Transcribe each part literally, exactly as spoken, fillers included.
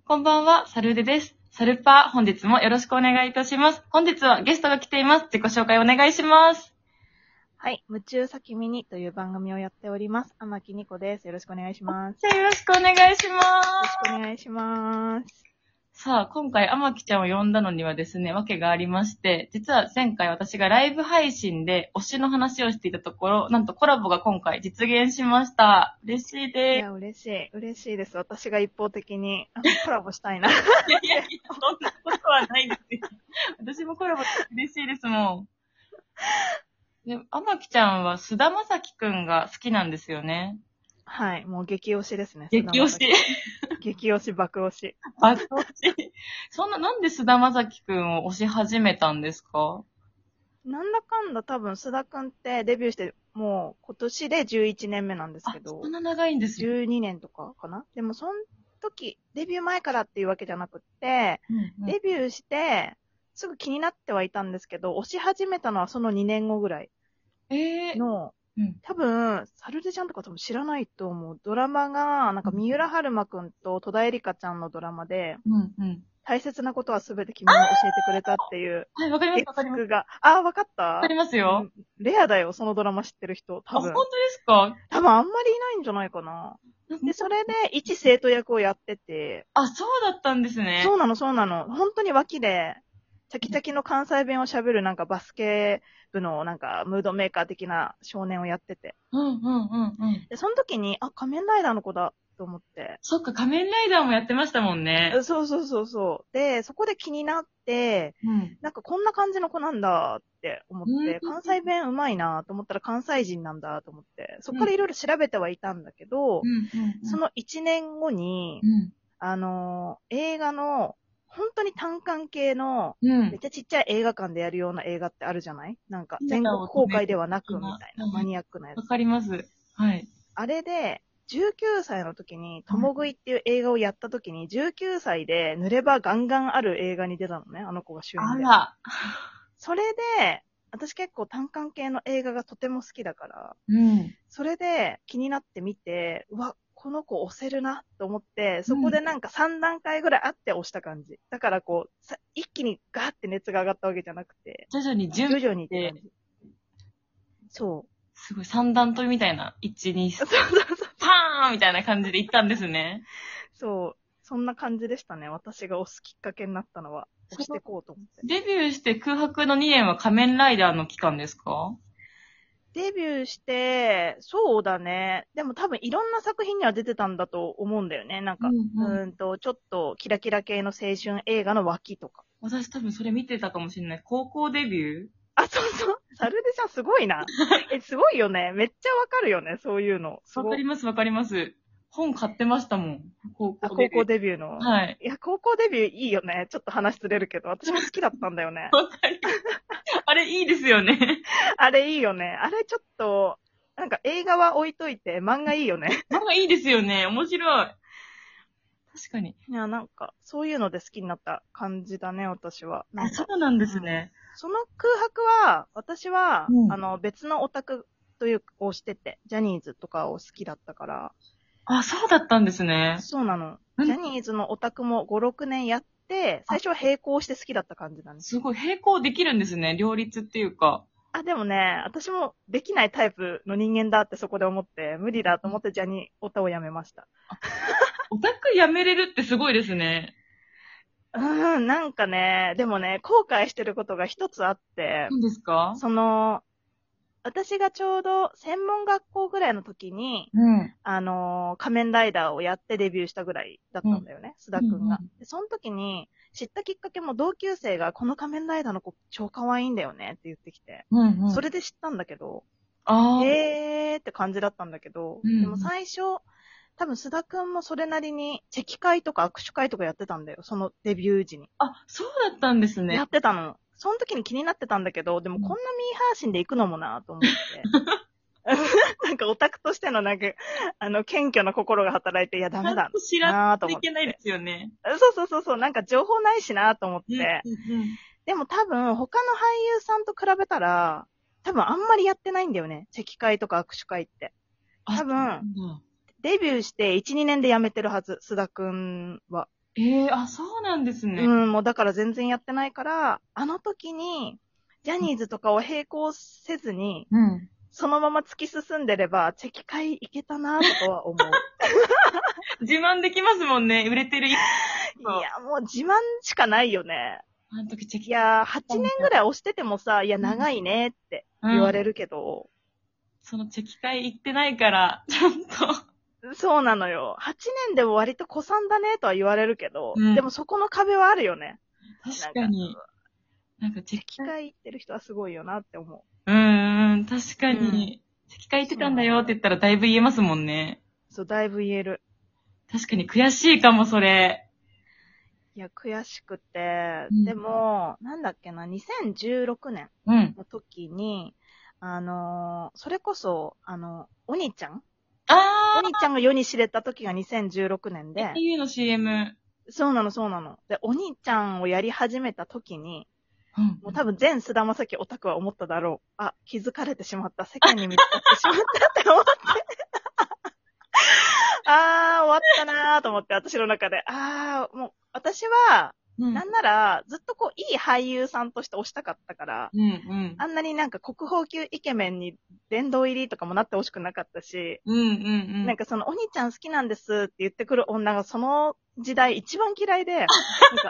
こんばんは、サルーデです。サルパー、本日もよろしくお願いいたします。本日はゲストが来ています。自己紹介お願いします。 はい。夢中さきみにという番組をやっております。天木ニコです。よろしくお願いします。 よろしくお願いします。 よろしくお願いします。 さあ、今回、天木ちゃんを呼んだのにはですね、わけがありまして、実は前回私がライブ配信で推しの話をしていたところ、なんとコラボが今回実現しました。嬉しいいです。 や、嬉しい。嬉しいです。私が一方的にあのコラボしたいな。 いやいやいや、そんなことはないですよ。私もコラボ嬉しいですもん。で、天木ちゃんは菅田将暉くんが好きなんですよね。 はい。もう激推しですね。 激推し。 激推し、爆推し。 爆推し。そんな、なんで菅田将暉くんを推し始めたんですか？ なんだかんだ多分、須田くんってデビューしてもう今年でじゅういちねんめなんですけど。 そんな長いんですね。 じゅうにねんとかかな。でもその時、デビュー前からっていうわけじゃなくって、 うんうん、 デビューして、すぐ気になってはいたんですけど、推し始めたのはそのにねんごぐらいえー、 の、 うん、 多分、サルデちゃんとか多分知らないと思う。ドラマが、なんか三浦春馬くんと戸田恵梨香ちゃんのドラマで、 うんうん。 大切なことはすべて君に教えてくれたっていう、 はい、わかります、わかります。 月9が、あ、わかったわかりますよ。 レアだよ、そのドラマ知ってる人。多あ、 分。 本当ですか？ 多分あんまりいないんじゃないかな。で、それで一生徒役をやってて。 あ、そうだったんですね。 そうなの、そうなの。本当に脇で、チャキチャキの関西弁を喋るなんかバスケ部のなんかムードメーカー的な少年をやってて。 うんうんうんうん。 で、その時に、あ、仮面ライダーの子だと思って。 そっか、仮面ライダーもやってましたもんね。 そうそうそうそう。で、そこで気になって、 うん。 なんかこんな感じの子なんだって思って、 うん、 関西弁上手いなと思ったら関西人なんだと思って、そこからいろいろ調べてはいたんだけど、 うんうんうん、 そのいちねんごに、 うん、 あのー、映画の、本当に単館系の、 うん、 めっちゃちっちゃい映画館でやるような映画ってあるじゃないなんか、全国公開ではなく、みたいな、マニアックなやつ。 わかります。はい。 あれで、じゅうきゅうさいの時に、ともぐいっていう映画をやった時に、じゅうきゅうさいで濡れ場ガンガンある映画に出たのね、あの子が主演で。 あら。 それで、私結構単館系の映画がとても好きだから、 うん。 それで気になってみて、うわ、この子押せるなと思って、そこでなんかさんだんかいぐらいあって押した感じ。だからこう、さ一気にガーって熱が上がったわけじゃなくて、 徐々に準徐々にって感じ。そう。 すごい三段跳びみたいな、いち、に、 そうそうそう。 パーンみたいな感じで行ったんですね。 そう。そんな感じでしたね。私が押すきっかけになったのは、押していこうと思って。 デビューして空白のにねんは仮面ライダーの期間ですか？ デビューして、そうだね。でも多分いろんな作品には出てたんだと思うんだよね。なんか、 うんうん、 うーんと、ちょっとキラキラ系の青春映画の脇とか。 私多分それ見てたかもしれない。高校デビューあ、そうそう。サルデちゃんすごいな。え、すごいよね。めっちゃわかるよね。そういうの。すごわかります、わかります。本買ってましたもん。高あ、 校デビュー。 高校デビューの。 はい。 いや、高校デビューいいよね。ちょっと話ずれるけど、私も好きだったんだよね。 わかります。あれいいですよね。 あれいいよね。あれちょっと、なんか映画は置いといて、漫画いいよね。 なんかいいですよね。面白い。確かに。 いや、なんか、そういうので好きになった感じだね、私は。なあ、 んかそうなんですね。 うん、その空白は、私は、 うん、 あの、別のオタクというか、をしてて、ジャニーズとかを好きだったから。 あ、そうだったんですね。 そうなの。ジャニーズのオタクもご、ろくねんやって、最初は並行して好きだった感じなんです。 すごい、並行できるんですね。両立っていうか。 あ、でもね、私もできないタイプの人間だってそこで思って、無理だと思ってジャニーオタをやめました。 オタク辞めれるってすごいですね。 うーん、なんかね、でもね、後悔してることが一つあって、 何ですか？ その、私がちょうど専門学校ぐらいの時に、 うん。 あのー仮面ライダーをやってデビューしたぐらいだったんだよね、須田くんが。で、その時に知ったきっかけも同級生がこの仮面ライダーの子超可愛いんだよねって言ってきて、 うんうん。 それで知ったんだけど、 ああ。 へーって感じだったんだけど、 うんうん、 でも最初、多分須田くんもそれなりにチェキ会とか握手会とかやってたんだよ、そのデビュー時に。 あ、そうだったんですね。 やってたの。その時に気になってたんだけど、でもこんなミーハー心で行くのもなと思って。なんかオタクとしてのなんか、あの、謙虚な心が働いて、いや、ダメだ知らなぁと思って。 ないといけないですよね。 そうそうそうそう、なんか情報ないしなぁと思って。 うんうんうん、 でも多分、他の俳優さんと比べたら、多分あんまりやってないんだよね。チェキ会とか握手会って。多分、デビューしていち、にねんで辞めてるはず、須田くんは。 ええー、あ、そうなんですね。 うん、もうだから全然やってないから、あの時に、ジャニーズとかを並行せずに、 うん。 そのまま突き進んでれば、チェキ会いけたなとかは思う。 自慢できますもんね。売れてる。 いや、もう自慢しかないよね。 あの時チェキいや、はちねんぐらい押しててもさ、いや、長いねって言われるけど、 そのチェキ会行ってないから、ちゃんと。 そうなのよ。はちねんでも割と古参だねとは言われるけど、 うんでもそこの壁はあるよね。 確かに。なんかチェチェキ会行ってる人はすごいよなって思う。うんうん、確かに。チェキ会行ってたんだよって言ったらだいぶ言えますもんね。 う。そう、だいぶ言える。 確かに悔しいかも、それ。 いや、悔しくて、 うんでも、なんだっけな、にせんじゅうろくねんうん。 の時に、あのーそれこそ、あの、お兄ちゃんおあ兄ちゃんが世に知れた時がにせんじゅうろくねんー、 で、 エーユー の シーエム。 そうなの、そうなの。で、お兄ちゃんをやり始めた時に、 うん。 もう多分全菅田将暉オタクは思っただろう。あ、気づかれてしまった。世間に見つかってしまったって思って。あー、終わったなーと思って、私の中で。あー、もう、私は、 うん。 なんなら、ずっとこう、いい俳優さんとして推したかったから、 うんうん。 あんなになんか国宝級イケメンに殿堂入りとかもなってほしくなかったし、 うんうんうん。 なんかその、お兄ちゃん好きなんですって言ってくる女がその時代一番嫌いで、なんか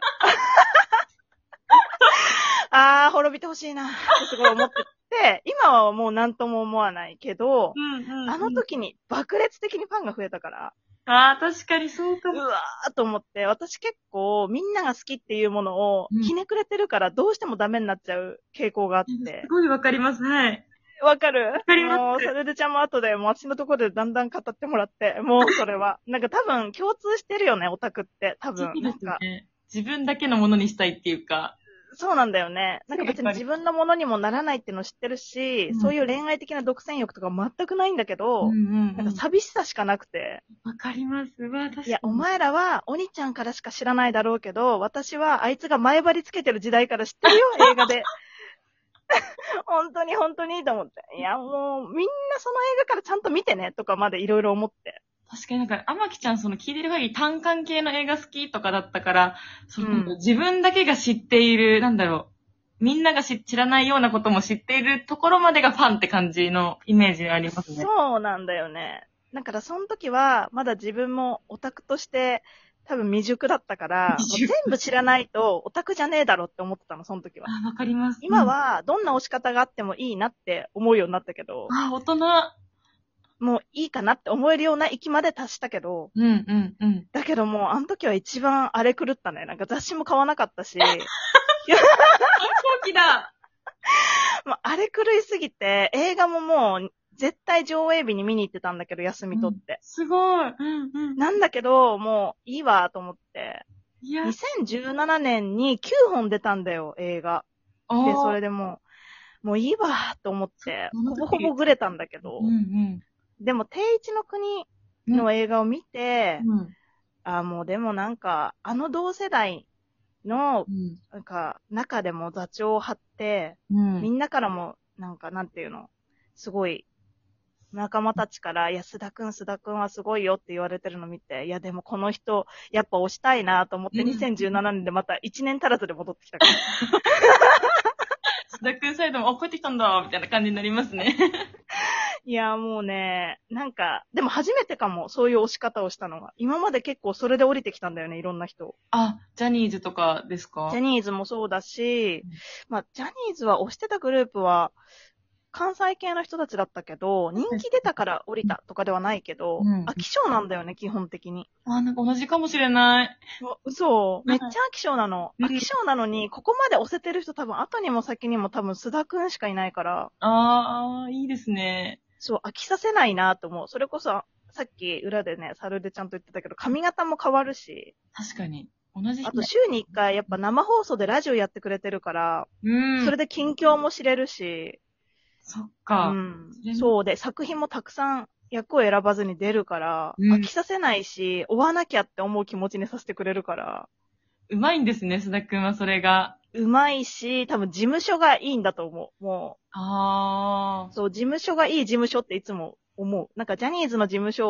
あー、滅びてほしいなってすごい思ってて、今はもう何とも思わないけど、 うんうんうん、 あの時に爆裂的にファンが増えたから、 ああ、確かにそうかも。 うわーと思って、私結構みんなが好きっていうものをうんひねくれてるからどうしてもダメになっちゃう傾向があって。 すごいわかります。はい。 わかるわかります。 もう、それでちゃんも後で、もう私のところでだんだん語ってもらって、もうそれは。なんか多分共通してるよね、オタクって。多分。 そうですなんか、 ね。自分だけのものにしたいっていうか。 そうなんだよね。なんか別に自分のものにもならないっていうの知ってるし、 うんそういう恋愛的な独占欲とか全くないんだけど、 うんうんうん。 なんか寂しさしかなくて。 わかります。わ、確かに。 いや、お前らは、お兄ちゃんからしか知らないだろうけど、私はあいつが前張りつけてる時代から知ってるよ、映画で。本当に本当にと思って。いや、もう、みんなその映画からちゃんと見てね、とかまでいろいろ思って。 確かになんか、天木ちゃんその聞いてる限り単館系の映画好きとかだったから、その、 うん自分だけが知っている、なんだろう。みんなが知知らないようなことも知っているところまでがファンって感じのイメージありますね。 そうなんだよね。だからその時は、まだ自分もオタクとして、多分未熟だったから、もう未熟全部知らないとオタクじゃねえだろって思ってたの、その時は。 あ、わかります。 今は、どんな押し方があってもいいなって思うようになったけどうん、、あ、大人。 もういいかなって思えるような域まで達したけど、 うんうんうん。 だけどもう、あの時は一番荒れ狂ったね。なんか雑誌も買わなかったし、 飛行機だ。 もう荒れ狂いすぎて、映画ももう、絶対上映日に見に行ってたんだけど、休み取って。 すごい。うんうん。 なんだけど、もう、いいわ、と思って。 いや、 にせんじゅうななねんにきゅうほん出たんだよ、映画。 あで、それで、 でもう、もういいわ、と思って、 その時ほぼほぼぐれたんだけど、 うんうん。 でも、定一の国の映画を見て、 うん。 あ、もうでもなんか、あの同世代の、 うん。 なんか、中でも座長を張って、 うん。 みんなからも、なんか、なんていうの、すごい、仲間たちから、いや、須田くん、須田くんはすごいよって言われてるの見て、いや、でもこの人、やっぱ推したいなと思って、 うんにせんじゅうななねんでまたいちねん足らずで戻ってきたから。 須田くんサイドも、あ、帰ってきたんだ、みたいな感じになりますね。 いや、もうね、なんか、でも初めてかも、そういう推し方をしたのが。今まで結構それで降りてきたんだよね、いろんな人。 あ、ジャニーズとかですか？ ジャニーズもそうだしうん、 まあ、ジャニーズは推してたグループは、関西系の人たちだったけど、人気出たから降りたとかではないけど、 うん飽き性なんだよね、基本的に。 あ、なんか同じかもしれない。 う嘘めっちゃ飽き性なの。 うん飽き性なのに、ここまで押せてる人多分、後にも先にも多分、須田くんしかいないから、 ああ、いいですね。 そう、飽きさせないなと思う。それこそ、さっき裏でね、サルでちゃんと言ってたけど、髪型も変わるし、 確かに。同じ日あと週にいっかいやっぱ生放送でラジオやってくれてるから、 うん。 それで近況も知れるし、 そっうか。 んそれ、もそうで、作品もたくさん役を選ばずに出るから、 うん飽きさせないし、追わなきゃって思う気持ちにさせてくれるから、 うまいんですね、須田くんはそれが。 うまいし、多分事務所がいいんだと思う。もああう、。そう、事務所がいい事務所っていつも思う。なんかジャニーズの事務所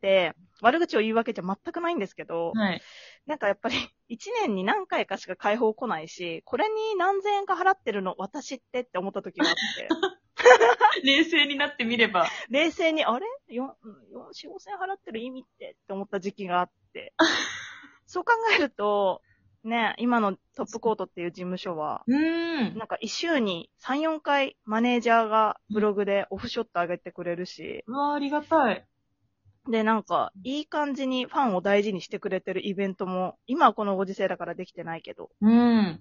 て、悪口を言うわけじゃ全くないんですけど、 はい。 なんかやっぱり一年に何回かしか解放来ないし、これに何千円か払ってるの私ってって思った時があって、 冷静になってみれば。 冷静に、あれ ?よん、よん、よん、ごせん払ってる意味ってって思った時期があって、そう考えると、ね、今のトップコートっていう事務所は、 うーん。 なんか一週にさん、よんかいマネージャーがブログでオフショット上げてくれるし、 うわー、ありがたい。 で、なんか、いい感じにファンを大事にしてくれてるイベントも、今はこのご時世だからできてないけど、 うん。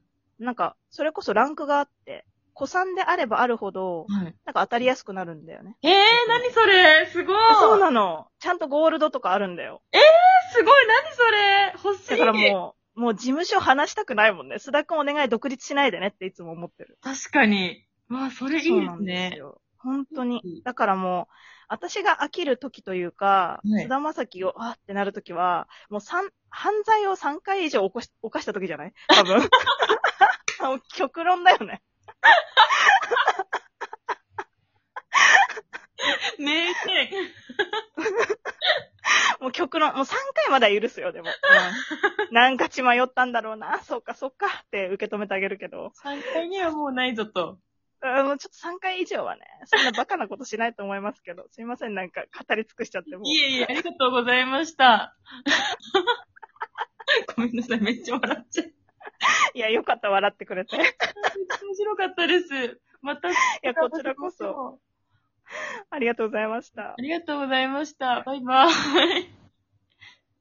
なんか、それこそランクがあって、古参であればあるほど、 はい。 なんか当たりやすくなるんだよね。 えー、なにそれすごい。 そうなの。ちゃんとゴールドとかあるんだよ。 すごい、なにそれ欲しい。 だからもう、もう事務所話したくないもんね。須田くんお願い独立しないでねっていつも思ってる。 確かに。わあ、それいいそうなんですね。 ですよ。本当にいい。 だからもう、私が飽きる時というか、 はい須田まさきを、あってなる時は、もう三、犯罪をさんかい以上起こし、犯した時じゃない多分。もう極論だよね。 名言。 もう極論、もうさんかいまでは許すよ、でも。うん、なんか血迷ったんだろうな、そうか、そうかって受け止めてあげるけど。 さんかいにはもうないぞと。 あの、ちょっとさんかい以上はね、そんなバカなことしないと思いますけど、すいません、なんか語り尽くしちゃっても。 いえいえ、ありがとうございました。ごめんなさい、めっちゃ笑っちゃう。 いや、よかった、笑ってくれて。いめっちゃ面白かったです。また、いや、こちらこそ。ありがとうございました。 ありがとうございました。バイバイ。